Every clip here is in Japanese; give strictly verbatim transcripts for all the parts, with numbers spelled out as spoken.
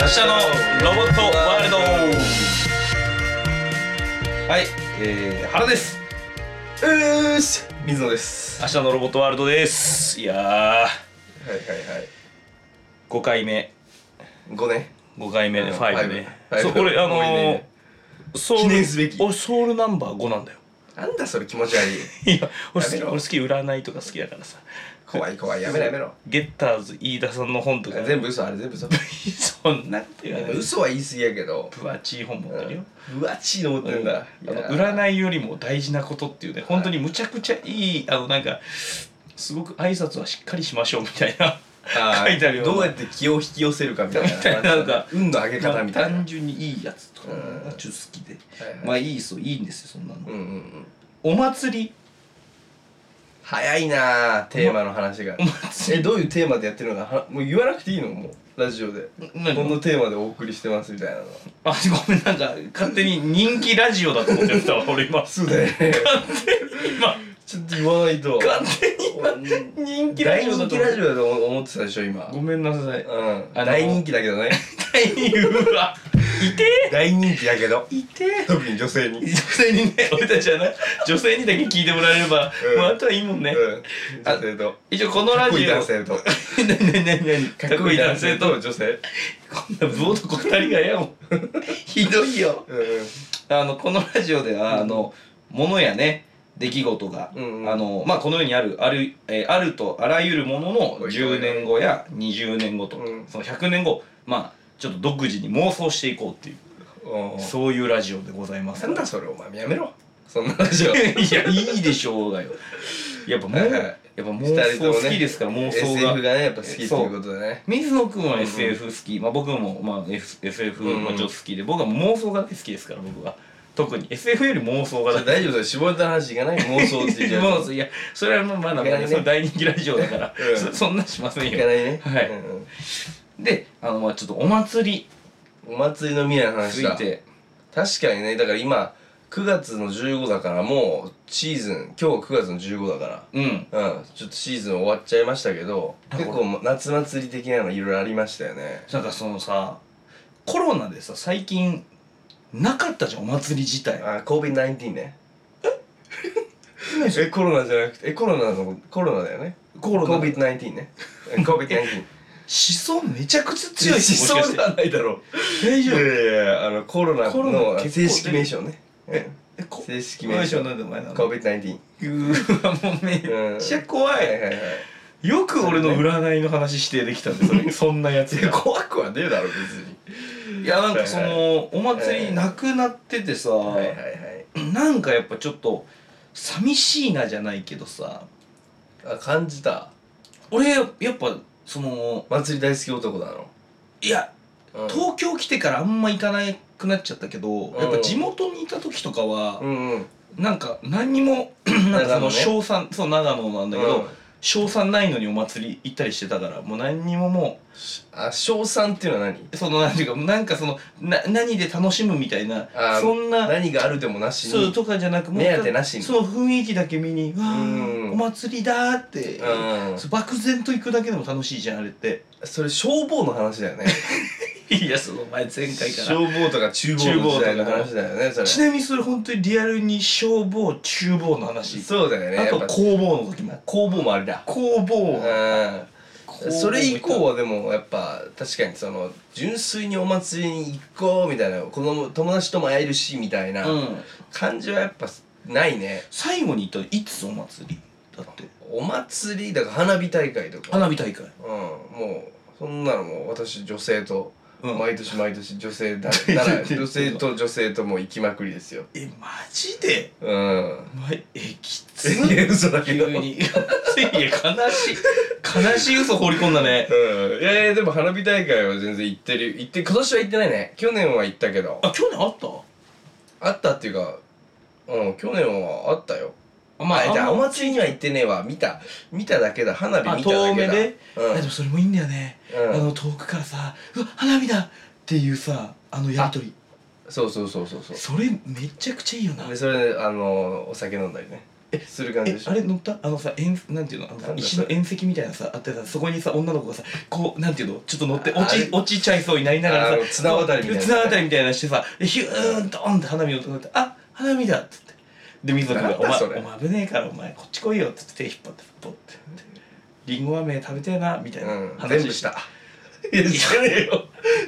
日のロボットワールド。はい、えー、原です。 うーし、水野です。 明日のロボットワールドです。いやー、はいはいはい、ごかいめ。 ごね。 ごかいめでごね。そう、 こ俺あのー、 記念すべき。 俺ソウルナンバーごなんだよ。 なんだそれ気持ち悪い。 いや、俺好き、俺好き、占いとか好きだからさ。 怖い怖い、やめろやめろ。 ゲッターズ飯田さんの本とか全部嘘、あれ全部嘘。 そんなっていうか、 嘘は言い過ぎやけど分厚い本持ってるよ。 分厚いの持ってるんだ。 あの占いよりも大事なことっていうね、本当にむちゃくちゃいい、あのなんかすごく挨拶はしっかりしましょうみたいな書いてあるよ。 どうやって気を引き寄せるかみたいな、 なんか運の上げ方みたいな。 単純にいいやつとかちょっと好きで、まあいいそういいんですよそんなの。 うんうんうん。 お祭り早いなテーマの話が。え、どういうテーマでやってるのかもう言わなくていいの？もうラジオでこのテーマでお送りしてますみたいなの。 あ、ごめん、なんか勝手に人気ラジオだと思ってたわ俺今。 そうだよね。 勝手に今ちょっと言わないと。 勝手に今人気ラジオだと大人気ラジオだと思ってたでしょ今。 ごめんなさい。 うん。大人気だけどね。 大人気、うわいてー大人気だけどいてー特に女性に女性にね、俺たちはね女性にだけ聞いてもらえれば、うん、もうあとはいいもんね。 うん、女性と一応このラジオかっこいい男性となになになになにかっこいい男性と女性こんなブ男ふたりがやもひどいよ、うん、あのこのラジオでは、うん、あの物やね出来事が、うんうん、あのまあこの世にあるある、えー、あるとあらゆるもののじゅうねんごやにじゅうねんごと、うん、そのひゃくねんご、まあちょっと独自に妄想していこうっていう、そういうラジオでございます。 なんだそれ、お前やめろそんなラジオ。 いやいいでしょうがよ。やっぱもう、はいはい、やっぱ妄想好きですから、ね、妄想がエスエフ がねやっぱ好きっていうことでね。 水野くんは エスエフ 好き、うん、まあ僕もまあ エスエフ もちょっと好きで、僕は妄想が大好きですから僕は。特に エスエフ より妄想が大丈夫です。絞れた話いかない。妄想って言っちゃう。 いやそれはまだまだ、ね、それ大人気ラジオだから、うん、そ, そんなしませんよ。 いかないね。 はい。うんうん、で、あのまあちょっとお祭りお祭りの未来の話だ。ついて確かにね、だから今くがつのじゅうごだからもうシーズン今日くがつのじゅうごだからうん、うん、ちょっとシーズン終わっちゃいましたけど、結構夏祭り的なのいろいろありましたよね。 なんかそのさコロナでさ最近なかったじゃんお祭り自体。 あ、コービッドナインティーン ね。えコロナじゃなくてえコロナのコロナだよね。コービッドナインティーン ね。コービッドナインティーン思想めちゃくちゃ強い。 思想ではないだろう。 大丈夫。 いやいやいや、あのコロナの正式名称ね。 え正式名称なんでお前なの？ コービッドナインティーン。 うわもうめっちゃ怖い。よく俺の占いの話指定できたんでそれそんなやつが。 怖くはねえだろ別に。いやなんかそのお祭りなくなっててさ、なんかやっぱちょっと寂しいなじゃないけどさ。 あ、感じた。 俺やっぱその祭り大好き男なの？ いや、うん、東京来てからあんま行かなくなっちゃったけど、うん、やっぱ地元にいた時とかは、うんうん、なんか何にもなんかその小さん、そう長野なんだけど、うん、小さんないのにお祭り行ったりしてたからもう何にももうあ小さんっていうのは何？ その何ていうかなんかそのな何で楽しむみたいなそんな何があるでもなしにそうとかじゃなく目当てなしにその雰囲気だけ見にわーお祭りだーって漠然と行くだけでも楽しいじゃんあれって。 それ消防の話だよね。 いやその前前回から消防とか厨房の時代の話だよねそれ。 ちなみにそれ本当にリアルに消防厨房の話。 そうだよね。 あと工房の時も工房もあれだ工房。 それ以降はでもやっぱ確かにその純粋にお祭りに行こうみたいな子供友達とも会えるしみたいな感じはやっぱないね。 最後に行ったらいつお祭りだって？ お祭りだから花火大会とか。 花火大会。 うんもうそんなのもう私女性と毎年毎年女性だなら女性と女性とも行きまくりですよ。 えマジで？ うん。 えきつい。え嘘だけど。急に。いや悲しい悲しい嘘放り込んだね。 うん。いやいやでも花火大会は全然行ってる行って今年は行ってないね。去年は行ったけど。 あ去年あった？ あったっていうかうん去年はあったよ。まあじゃあお祭りには行ってねえわ。見た見ただけだ。花火見ただけだ。 遠目で。うん。でもそれもいいんだよね。あの遠くからさうわ花火だっていうさあのやりとり。 そうそうそうそうそう。 それめちゃくちゃいいよな。 でそれであのお酒飲んだりね。 する感じでしょ。 あれ乗った？あのさ、円なんていうの、あのさ石の縁石みたいなさあってさ、そこにさ女の子がさこうなんていうのちょっと乗って落ち落ちちゃいそうになりながらさ、 綱渡りみたいな、 綱渡りみたいなしてさ、ヒューンドーンって花火を飛んで、あ花火だっつって、で水野君がお前お前危ねえからお前こっち来いよっつって手引っ張ってポッてリンゴ飴食べてえなみたいな話全部した。いやしてねえよ。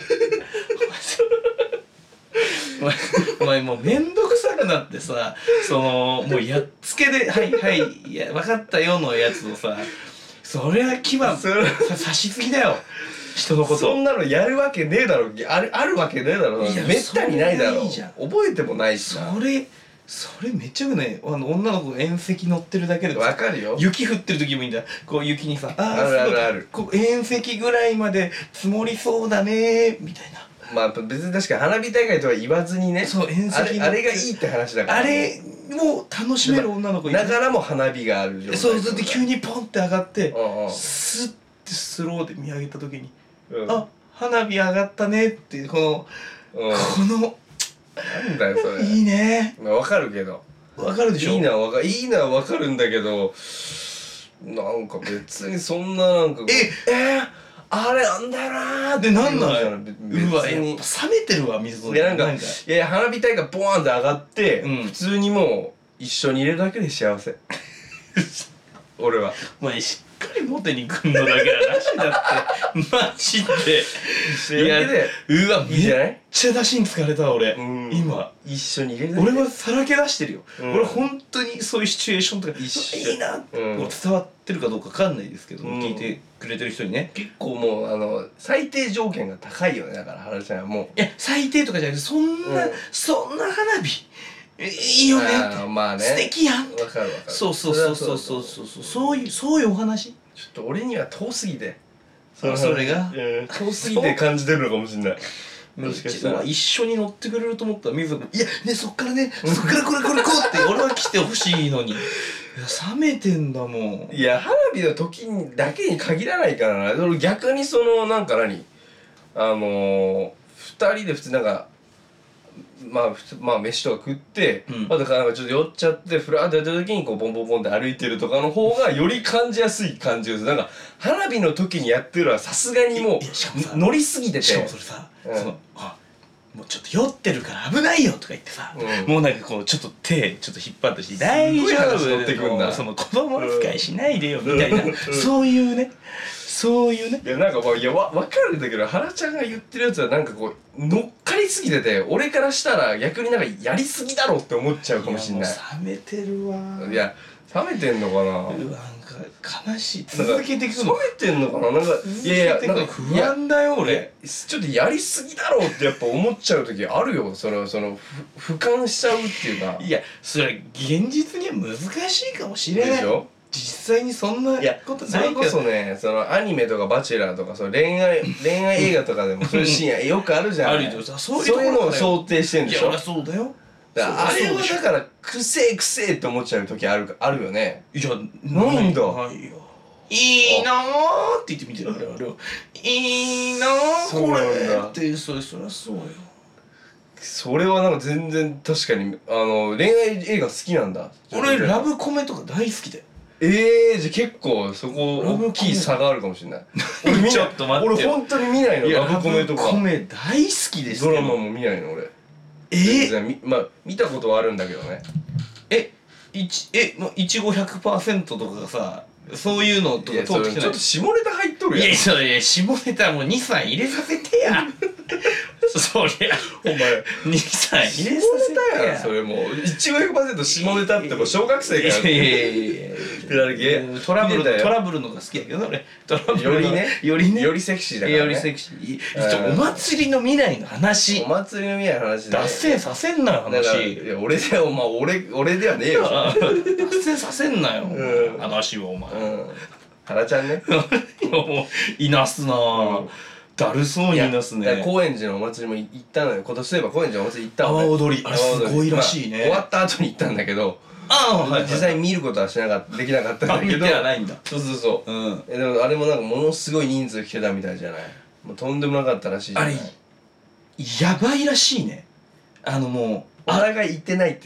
お前お前もうめんどくさくなってさ、そのもうやっつけで「はいはいいや分かったよ」のやつをさ、それは牙刺しすぎだよ人のこと。 そんなのやるわけねえだろ。あるあるわけねえだろ。めったにないだろ。覚えてもないしな。 それそれめっちゃよくね、あの女の子が縁石乗ってるだけでわかるよ。 雪降ってる時もいいんだ。こう雪にさ、 あーあるあるある、 こう縁石ぐらいまで積もりそうだねみたいな。 まあ別に確かに花火大会とは言わずにね、 そう縁石あれあれがいいって話だから、 あれも楽しめる女の子いだからも花火がある状態。 そうそうで急にポンって上がって、 うんうん、 スッてスローで見上げた時に、 うん、 あ花火上がったねっていうこの、うん、このなんだよそれ。 いいね。 まあわかるけど。 わかるでしょ。 いいのはわかいいのはわかるんだけど、なんか別にそんななんかええー、あれなんだよなーってなんなのよ。うわやっぱ冷めてるわ水野。 いやなんかいや花火大会ボーンって上がって、うん、普通にもう一緒にいるだけで幸せ。俺は。 お前しっかりモテに来んのだけはなしだってマジで。いやうわめっちゃ出しに疲れた俺、うん、今一緒にいるだけ。 俺はさらけ出してるよ、うん、俺本当にそういうシチュエーションとかいいなって、うん、伝わってるかどうかわかんないですけど、うん、聞いてくれてる人にね。 結構もうあの最低条件が高いよね。だから原ちゃんはもういや最低とかじゃなくてそんな、うん、そんな花火いいよねって、 まあね、 素敵やん。 わかるわかる。 そうそうそうそうそうそうそうそういうそういうお話。 ちょっと俺には遠すぎて、 そそれが遠すぎて感じてるのかもしれない。もしかしたら一緒に乗ってくれると思ったら水野君、いやねそっからねそっからこれこれこうって俺は来てほしいのに。いや冷めてんだもん。 いや花火の時にだけに限らないからな。俺逆にそのなんか何あのー、ふたりで普通なんかまあ、まあ飯とか食って、うん、まあだからなんかちょっと酔っちゃってフラーってやった時にこうボンボンボンって歩いてるとかの方がより感じやすい感じです。なんか花火の時にやってるのはさすがにもう乗りすぎてて、 しかもそれさ、うん、そのあもうちょっと酔ってるから危ないよとか言ってさ、うん、もうなんかこうちょっと手ちょっと引っ張ってして大丈夫その子供扱いしないでよみたいな、うん、そういうねそういうね。 いやなんかまあいやわ分かるんだけど原ちゃんが言ってるやつはなんかこう乗っかりすぎてて俺からしたら逆になんかやりすぎだろって思っちゃうかもしんない。 いやもう冷めてるわ。 いや冷めてんのかな。うわなんか悲しい。続けていくの冷めてんのかな。なんかいやいやなんか不安だよ俺。 ちょっとやりすぎだろってやっぱ思っちゃう時あるよ。そのそのふ俯瞰しちゃうっていうか。 いやそれ現実には難しいかもしれないでしょ。実際にそんなことないけど。 それこそねそのアニメとかバチェラーとかその恋愛恋愛映画とかでもそういうシーンよくあるじゃん。 あるよ。 そういうのを想定してんでしょ。 いやそうだよ。 だからあれはだからくせえくせえって思っちゃう時あるあるよね。 いやなんだ。 いいなーって言ってみてるからあれをいいなーこれってそれそりゃそうよ。 それはなんか全然確かにあの恋愛映画好きなんだ。 俺ラブコメとか大好きで。 ええー、じゃあ結構そこ大きい差があるかもしれない。俺見ちょっと待って。俺本当に見ないの。ラブコメとか。 ラブコメ大好きですドラマも見ないの俺。えー、まあ見たことはあるんだけどね。 えいちえいちご ひゃくパーセント とかがさそういうのとか通ってきてない。ちょっと下ネタ入っとるやん。 いやそれ下ネタもにさん入れさせてや。そりゃお前にさん入れさせてや。 それもういちご ひゃくパーセント 下ネタってもう小学生から。いやいやいやトラブルトラブルのが好きやけど俺トラブルよりねよりねよりセクシーだからね。 よりセクシー。お祭りの未来の話。 お祭りの未来の話ね。 脱線させんなよ話。 いや俺ではまあ俺俺ではねえよ。 脱線させんなよ話をお前。 原ちゃんね。 もういなすなぁ。だるそうにいなすね。 高円寺のお祭りも行ったのよ。今年そういえば高円寺のお祭り行ったの。 阿波踊りあれすごいらしいね。 終わった後に行ったんだけど。ああ、はい、実際に見ることはしなかったできなかったんだけど。 見てはないんだ。 そうそうそう。うん。えでもあれもなんかものすごい人数来てたみたいじゃない。もうとんでもなかったらしいじゃない。 あれやばいらしいね。あのもうお互い行ってないっていうね。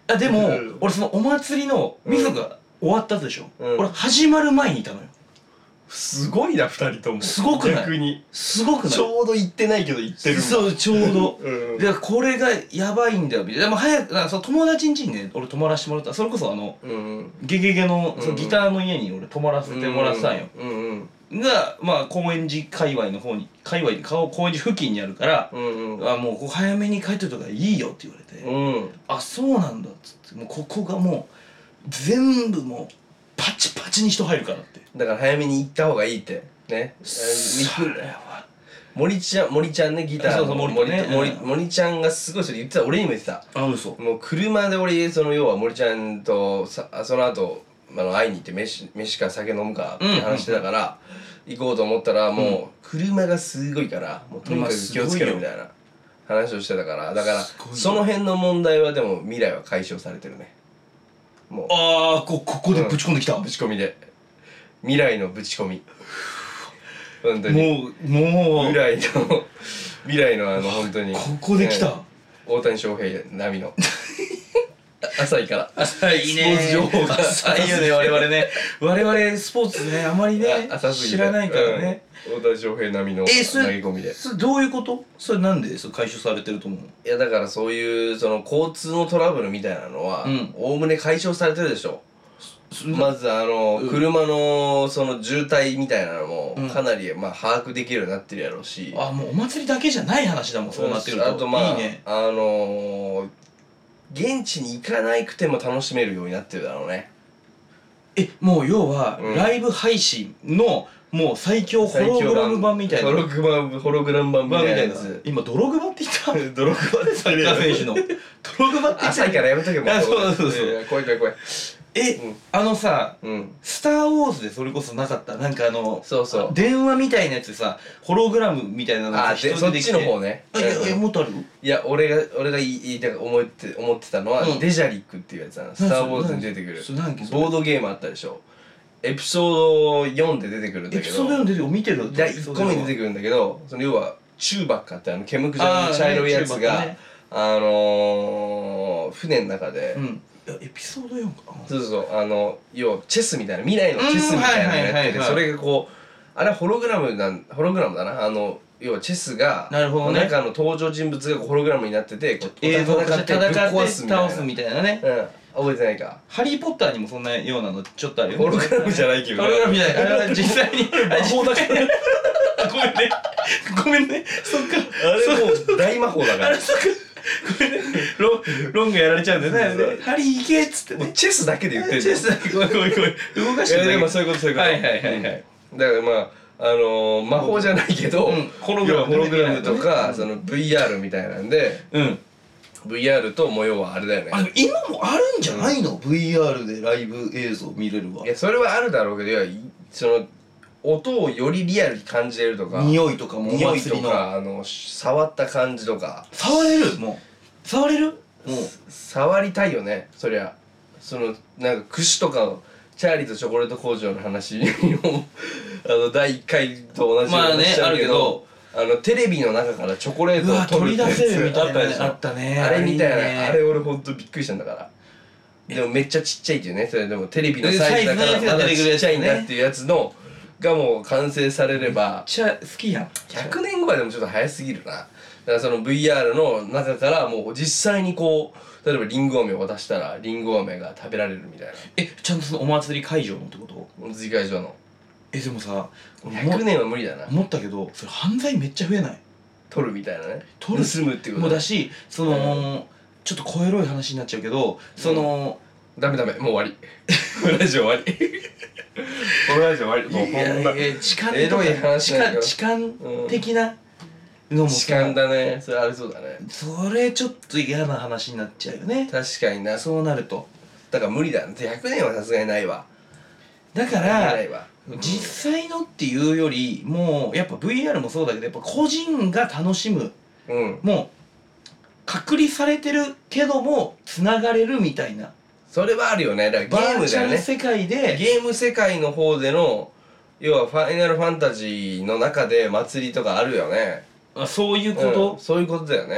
あでも俺そのお祭りのミソが終わったでしょ、うん、俺始まる前にいたのよ。 すごいなふたりとも。 すごくない？ 逆にすごくない？ ちょうど行ってないけど行ってる。 そうちょうど、うん、でこれがやばいんだよみたいな。でも早くその友達ん家にね俺泊まらせてもらった。それこそあの、うん、ゲゲゲのそのギターの家に俺泊まらせてもらってたんよ、うんうんうん、がまあ高円寺界隈の方に界隈で高円寺付近にあるから、うんうん、あもうここ早めに帰っといた方がいいよって言われて、うん、あそうなんだっつって、もうここがもう全部もうパチパチに人入るからって。 だから早めに行った方がいいってね。 それは森ちゃん森ちゃんねギターのそうそう森とね森森ちゃんがすごいそれ言ってた。俺にも言ってた。 あ嘘。 もう車で俺その要は森ちゃんとさその後あの会いに行って飯飯か酒飲むかって話してたから、うん、行こうと思ったらもう車がすごいからもうとにかく気をつけろみたいな話をしてたから。だからその辺の問題はでも未来は解消されてるね。もうああ こ, ここでぶち込んできた、 うん、ぶち込みで未来のぶち込み本当にもうもう未来の未来のあの本当にここで来た、ね、 大谷翔平並みの浅いから浅いねスポーツ情報が浅いよね我々ね我々スポーツねあまりね知らないからね、 うん、大谷翔平並みの投げ込みで。 それどういうこと？それなんでそれ解消されてると思う？ いやだからそういうその交通のトラブルみたいなのはおおむね解消されてるでしょ。まずあの、うん、車のその渋滞みたいなのもかなり、うん、まあ把握できるようになってるやろうし。 あもうお祭りだけじゃない話だもんそうなってると。 あとまあいいね、 あのー、現地に行かなくても楽しめるようになってるだろうね。 えもう要は、うん、ライブ配信のもう最強ホログラム版みたいな。 ホログラムホログラム版みたいなやつ。 今ドログバって言ったドログバでサッカー選手のドログバって言った。 浅いからやめとけもう。 そうそうそう。 怖い怖い怖い。 え、うん、あのさ、うん、スター・ウォーズでそれこそなかった？なんかあのそうそう電話みたいなやつでさホログラムみたいなのが人でできて、そっちの方ね。 あいやいやもっとある？ いや俺が俺が言いたい思って思ってたのは、うん、デジャリックっていうやつなの。スター・ウォーズに出てくるボードゲームあったでしょ。エピソードよんで出てくるんだけど。エピソードよんで出てくる見てる？だいいっこめに出てくるんだけど、その要はチューバッカってあのケムクジャの茶色いやつが あ,、ね、あのー、船の中で、うんいやエピソードよんかな。 そうそうそうあの要はチェスみたいな未来のチェスみたいなのやってて、それがこうあれはホログラムなんホログラムだな。あの要はチェスがなるほど、ね、 中の登場人物がホログラムになっててこう映像化して戦って壊すみたいな倒すみたいなね。 うん覚えてないか。 ハリーポッターにもそんなようなのちょっとあるよ。 ホログラムじゃないけど。 ホログラムじゃない。あれは実際に魔法だから。ごめんね。ごめんね。そっか。 あれもう大魔法だから。 あれそっか。ごめんね。ロロンがやられちゃうんだよね。ハリー行けっつってね。 チェスだけで言ってる。 チェスだけごめんごめんごめん。動かしてる。 いやでもそういうことそういうこと。 はいはいはいはい。 だからまああの魔法じゃないけどホログラムとかその ブイアール みたいなんで。うん。ブイアール と模様はあれだよね。 あ今もあるんじゃないの、うん、ブイアール でライブ映像見れるわ。 いやそれはあるだろうけど、いやその音をよりリアルに感じれるとか匂いとかも匂いとかあの触った感じとか触れるもう触れるもう触りたいよね。そりゃそのなんか串とかチャーリーとチョコレート工場の話をあのだいいっかいと同じようにしちゃうけど、あのテレビの中からチョコレートを取り出せるみたいなあったね。あれみたいなあれ俺ほんとびっくりしたんだから。でもめっちゃちっちゃいっていうね。それでもテレビのサイズだからまだちっちゃいんだっていうやつのがもう完成されればめっちゃ好きやん。 ひゃくねんごはでもちょっと早すぎるな。だからその ブイアール の中からもう実際にこう例えばリンゴ飴を渡したらリンゴ飴が食べられるみたいな。 えちゃんとそのお祭り会場のってこと？ お祭り会場の。 えでもさひゃくねんは無理だな。 思ったけどそれ犯罪めっちゃ増えない？ 取るみたいなね。 取る盗むっていうこともだしその、うん、ちょっと小エロい話になっちゃうけどその、 うん、ダメダメもう終わりこのラジオ終わりこのラジオ終わりもうこんな痴漢エロい話だけど痴漢的なのも痴漢だね。それありそうだね。 それちょっと嫌な話になっちゃうよね。 確かにな。 そうなるとだから無理だ。ひゃくねんはさすがにないわ。 だから実際のっていうよりもうやっぱ ブイアール もそうだけどやっぱ個人が楽しむ、うん、もう隔離されてるけどもつながれるみたいな。 それはあるよね。だからゲームだよね。 世界でゲーム世界の方での要はファイナルファンタジーの中で祭りとかあるよね。 あそういうこと、 うん、そういうことだよね。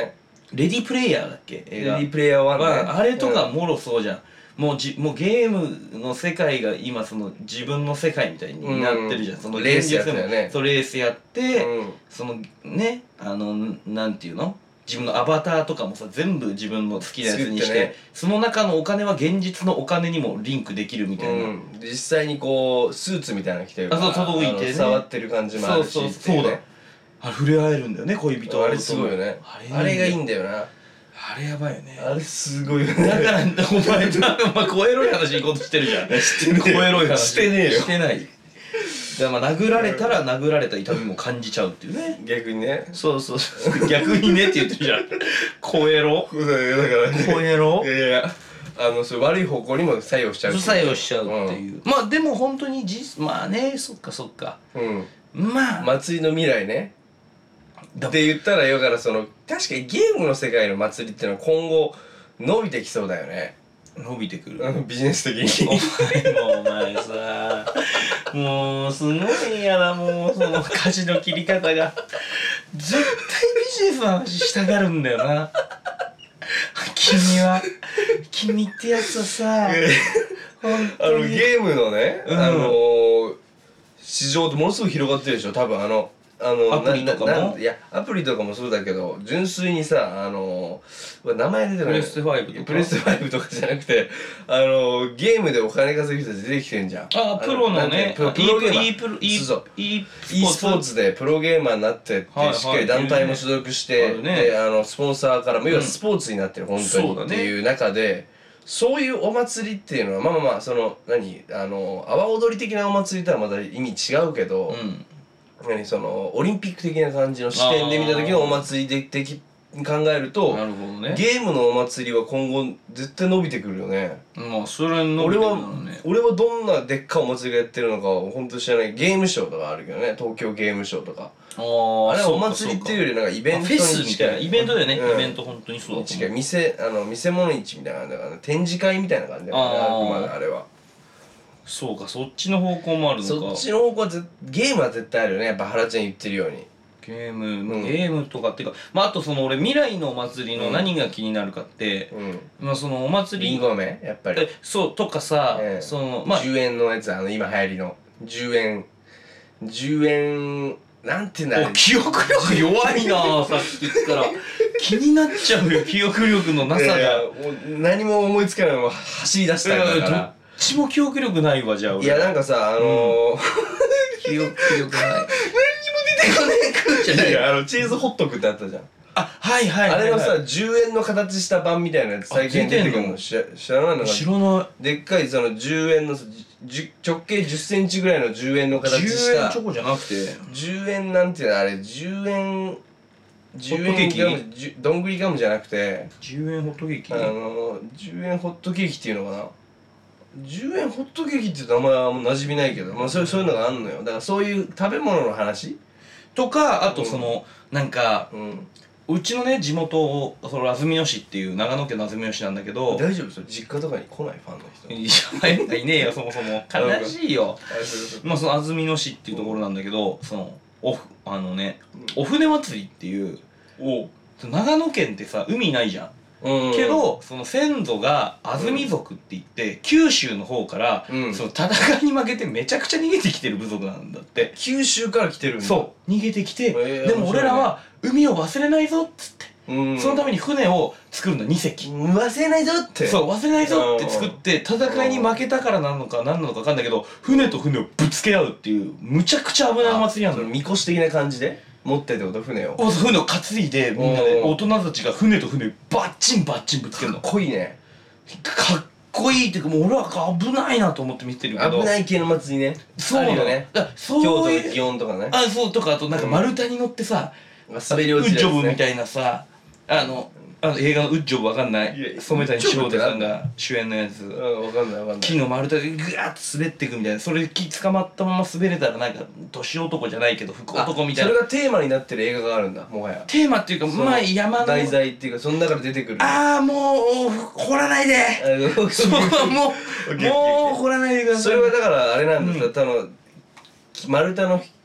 レディープレイヤーだっけ映画。 レディープレイヤーワンね、 まあ、あれとかもろそうじゃん、うん、もうじもうゲームの世界が今その自分の世界みたいになってるじゃん、うん、そのレースやってよね。 そうレースやって、 うん、 そのねあのなんていうの自分のアバターとかもさ全部自分の好きなやつにして、ね、その中のお金は現実のお金にもリンクできるみたいな、うん、 実際にこうスーツみたいなの着てるからあそう届いてね触ってる感じもあるし、 そうそうそうだ、あれ触れ合えるんだよね恋人。 あれすごいよね。あれがいいんだよな。 あれやばいよね。 あれすごいよね。 だからお前お前超エロい話行こうとしてるじゃん。 してねえよ。 超エロい話してねえよ。 してない。だからまあ殴られたら殴られた痛みも感じちゃうっていうね。 逆にね。 そうそうそう逆にねって言ってるじゃん。超エロ。 だからね。 超エロ。 いやいやあのそれ悪い方向にも作用しちゃう。 作用しちゃうっていう。うん、まあでも本当に実まあねそっかそっか。 うん。 まあ祭りの未来ね。って言ったらよからその確かにゲームの世界の祭りっていうのは今後伸びてきそうだよね。 伸びてくる、 うん、ビジネス的に。 お前もお前さもうすごいやなもうその舵の切り方が絶対ビジネスの話したがるんだよな君は君ってやつはさ本当にあのゲームのね、うん、あのー、市場ってものすごい広がってるでしょ多分あのあのアプリとかもいやアプリとかもそうだけど純粋にさあの名前出てこないプレステファイブとかプレステファイブとかじゃなくてあのゲームでお金稼ぐ人たち出てきてんじゃん。 あプロのねプロゲーマー e プロ e そう e スポーツでプロゲーマーになってってしっかり団体も所属してであのスポンサーからも要はスポーツになってる本当にっていう中でそういうお祭りっていうのはまあまあまあその何あの阿波踊り的なお祭りとはまた意味違うけど、 うん何そのオリンピック的な感じの視点で見た時のお祭りで的考えるとなるほど、ね、 ゲームのお祭りは今後絶対伸びてくるよね。 まあそれ伸びてくるよね。 俺は俺はどんなでっかいお祭りがやってるのかは本当知らない。ゲームショーとかあるけどね東京ゲームショーとかああれはお祭りっていうよりなんかイベントに近いフェスみたいなイベントだよね、うん、イベント本当にそうだ近い店あの見せ物市みたいな感じだから、ね、展示会みたいな感じだからねあくまであれは。 そうかそっちの方向もあるのか。 そっちの方向はぜゲームは絶対あるよねやっぱ原ちゃん言ってるように。 ゲーム、うん、ゲームとかっていうかまああとその俺未来のお祭りの何が気になるかって、うん、まあそのお祭りリンゴ飴やっぱりえそうとかさ、えー、そのまあじゅうえんのやつあの今流行りのじゅうえんじゅうえんなんていうんだろう記憶力弱いなさっき言ったら気になっちゃうよ記憶力のなさが。いやいやもう何も思いつかないまま走り出したんだから。 どっちも記憶力ないわじゃあ俺。 いやなんかさあのーうん、 記憶力ない何にも出てこねえくんじゃないよ。あのチーズホットクってあったじゃん。 あはいはいはい、はい、 あれのさじゅうえんの形した版みたいなやつ最近出てくるの知らないのか。 知らない。 でっかいそのじゅうえんの直径じゅっセンチぐらいのじゅうえんの形したじゅうえんチョコじゃなくてじゅうえんなんていうのあれじゅうえんじゅうえんガムどんぐりガムじゃなくてじゅうえんホットケーキあのじゅうえんホットケーキっていうのかなじゅうえんホットケーキっていう名前はもう馴染みないけど、まあ、そういうそういうのがあんのよ。だからそういう食べ物の話とかあとその、うん、なんか、うん、うちのね地元その安曇野市っていう長野県の安曇野市なんだけど大丈夫それ実家とかに来ないファンの人いやいねえよそもそも悲しいよまあその安曇野市っていうところなんだけどそのおふあのね、うん、お船祭りっていうお長野県ってさ海ないじゃんけどその先祖が安住族って言って、うん、九州の方から、うん、その戦いに負けてめちゃくちゃ逃げてきてる部族なんだって。 九州から来てるんだ。 そう逃げてきて、えー、でも俺らは海を忘れないぞっつって、うん、そのために船を作るんだにせき、 うん、忘れないぞってそう忘れないぞって作って戦いに負けたからなのか何なのか分かんないけど船と船をぶつけ合うっていうむちゃくちゃ危ないお祭りなんだよ。 みこし的な感じで持ってってこと船を船を担いでみんなで大人たちが船と船バッチンバッチンぶつけるの。 かっこいいね。 かっこいいっていうかもう俺は危ないなと思って見てるけど危ない系の祭りね。 そうだよね。だそういう京都の祇園とかね。 あそうとかあとなんか丸太に乗ってさ、 うん、滑り落ちるやつね。 ウッジョブみたいなさあのあの映画のウッジョブわかんない染谷翔太さんが主演のやつ。 うんわかんないわかんない。 木の丸太でグワーッと滑っていくみたいなそれで木捕まったまま滑れたらなんか年男じゃないけど福男みたいな。 それがテーマになってる映画があるんだもはや。 テーマっていうかまあ山の題材っていうかその中で出てくる。 ああもう掘らないでそうもうもう掘らないでください。 それはだからあれなんですよ、うん、丸太の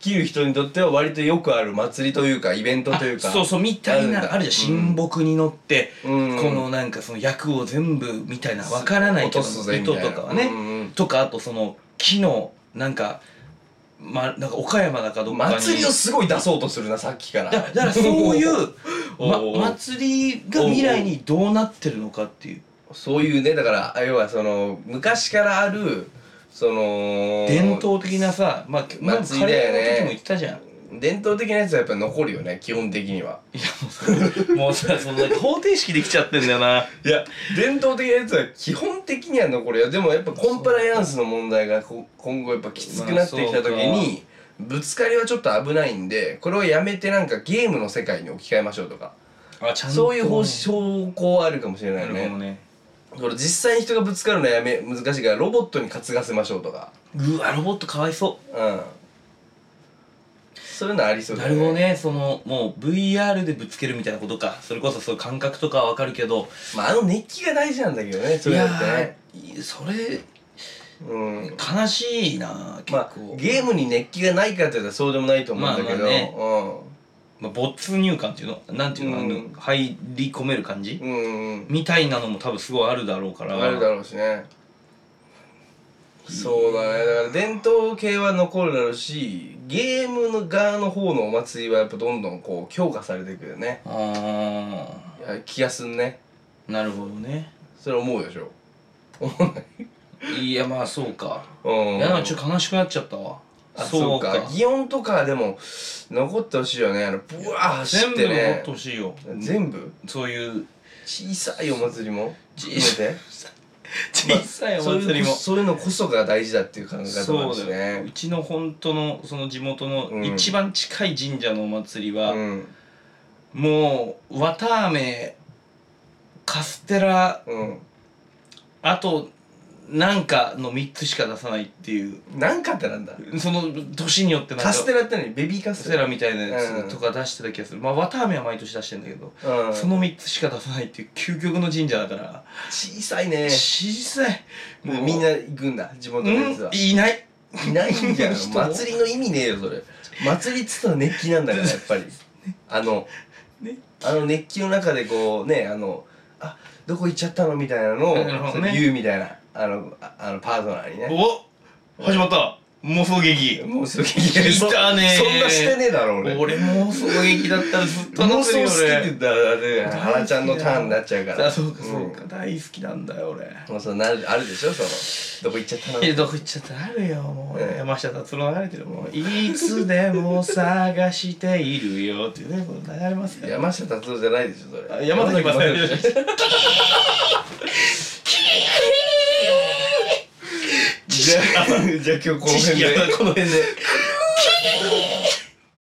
切る人にとっては割とよくある祭りというかイベントというかそうそうみたいなあるじゃん、神木に乗って、うん、このなんかその役を全部みたいなわからないけど糸とかはね、うんうん、とかあとその木のなんかま、なんか岡山だかどっかに祭りをすごい出そうとするなさっきからだ, だからそういう、ま、祭りが未来にどうなってるのかっていうそういうねだから要はその昔からあるその伝統的なさ、まあ、 祭りだよね。 カレーの時も言ったじゃん。 伝統的なやつはやっぱり残るよね基本的には。 いやもうさそのなんか方程式できちゃってんだよな。 いや伝統的なやつは基本的には残るよ。でもやっぱコンプライアンスの問題が今後やっぱきつくなってきた時に、まあ、ぶつかりはちょっと危ないんでこれをやめてなんかゲームの世界に置き換えましょうとかあちゃんとそういう方向はあるかもしれないね。なるほどね。これ実際に人がぶつかるのはやめ難しいからロボットに担がせましょうとか。 うわロボットかわいそう。うんそういうのありそうだね。なるほどね。そのもう ブイアール でぶつけるみたいなことか。それこそそういう感覚とかはわかるけどまああの熱気が大事なんだけどねそれだってね。 いやそれうん悲しいな結構、まあ、 ゲームに熱気がないかって言ったらそうでもないと思うんだけど、まあまあねうんまあ、没入感っていうのなんていうの、うん、あの入り込める感じ、うんうん、みたいなのも多分すごいあるだろうからあるだろうしね。そうだねだから伝統系は残るだろうしゲームの側の方のお祭りはやっぱどんどんこう強化されていくよね。ああ気がすんね。 なるほどね。 それ思うでしょ。思わないいやまあそうか。うんいやなんかちょっと悲しくなっちゃったわ。 あそうか祇園とかでも残ってほしいよね。あのブワー走ってね全部残ってほしいよ。 全部そういう小さいお祭りも小さい小さいお祭りも、 まあ、そういうのこそが大事だっていう考え方もあるしね。 うちの本当のその地元の一番近い神社のお祭りは、うん、もう綿あめカステラ、うん、あとなんかのみっつしか出さないっていう。 なんかってなんだその年によってなんかカステラって何ベビーカステラみたいなやつとか出してた気がする、うん、まあ綿あめは毎年出してんだけど、うん、そのみっつしか出さないっていう究極の神社だから小さいね小さいもうみんな行くんだ地元のやつは、 うん、いないいないんじゃん祭りの意味ねえよそれ祭りっつったら熱気なんだからやっぱりあのあの熱気の中でこうねあのあどこ行っちゃったのみたいなのを言うみたいなあのあのパートナーにねお始まった妄想劇妄想劇聞いたねそんなしてねえだろ俺俺妄想劇だったらずっと妄想好きって言ったらね花ちゃんのターンになっちゃうからそうかそうか大好きなんだよ俺もうそうなるあるでしょそのどこ行っちゃったのどこ行っちゃったあるよもう山下達郎流れてるもういつでも探しているよっていうねこれ流れますから山下達郎じゃないでしょそれ山崎まさよじゃあ、じゃあ今日この辺でこの辺で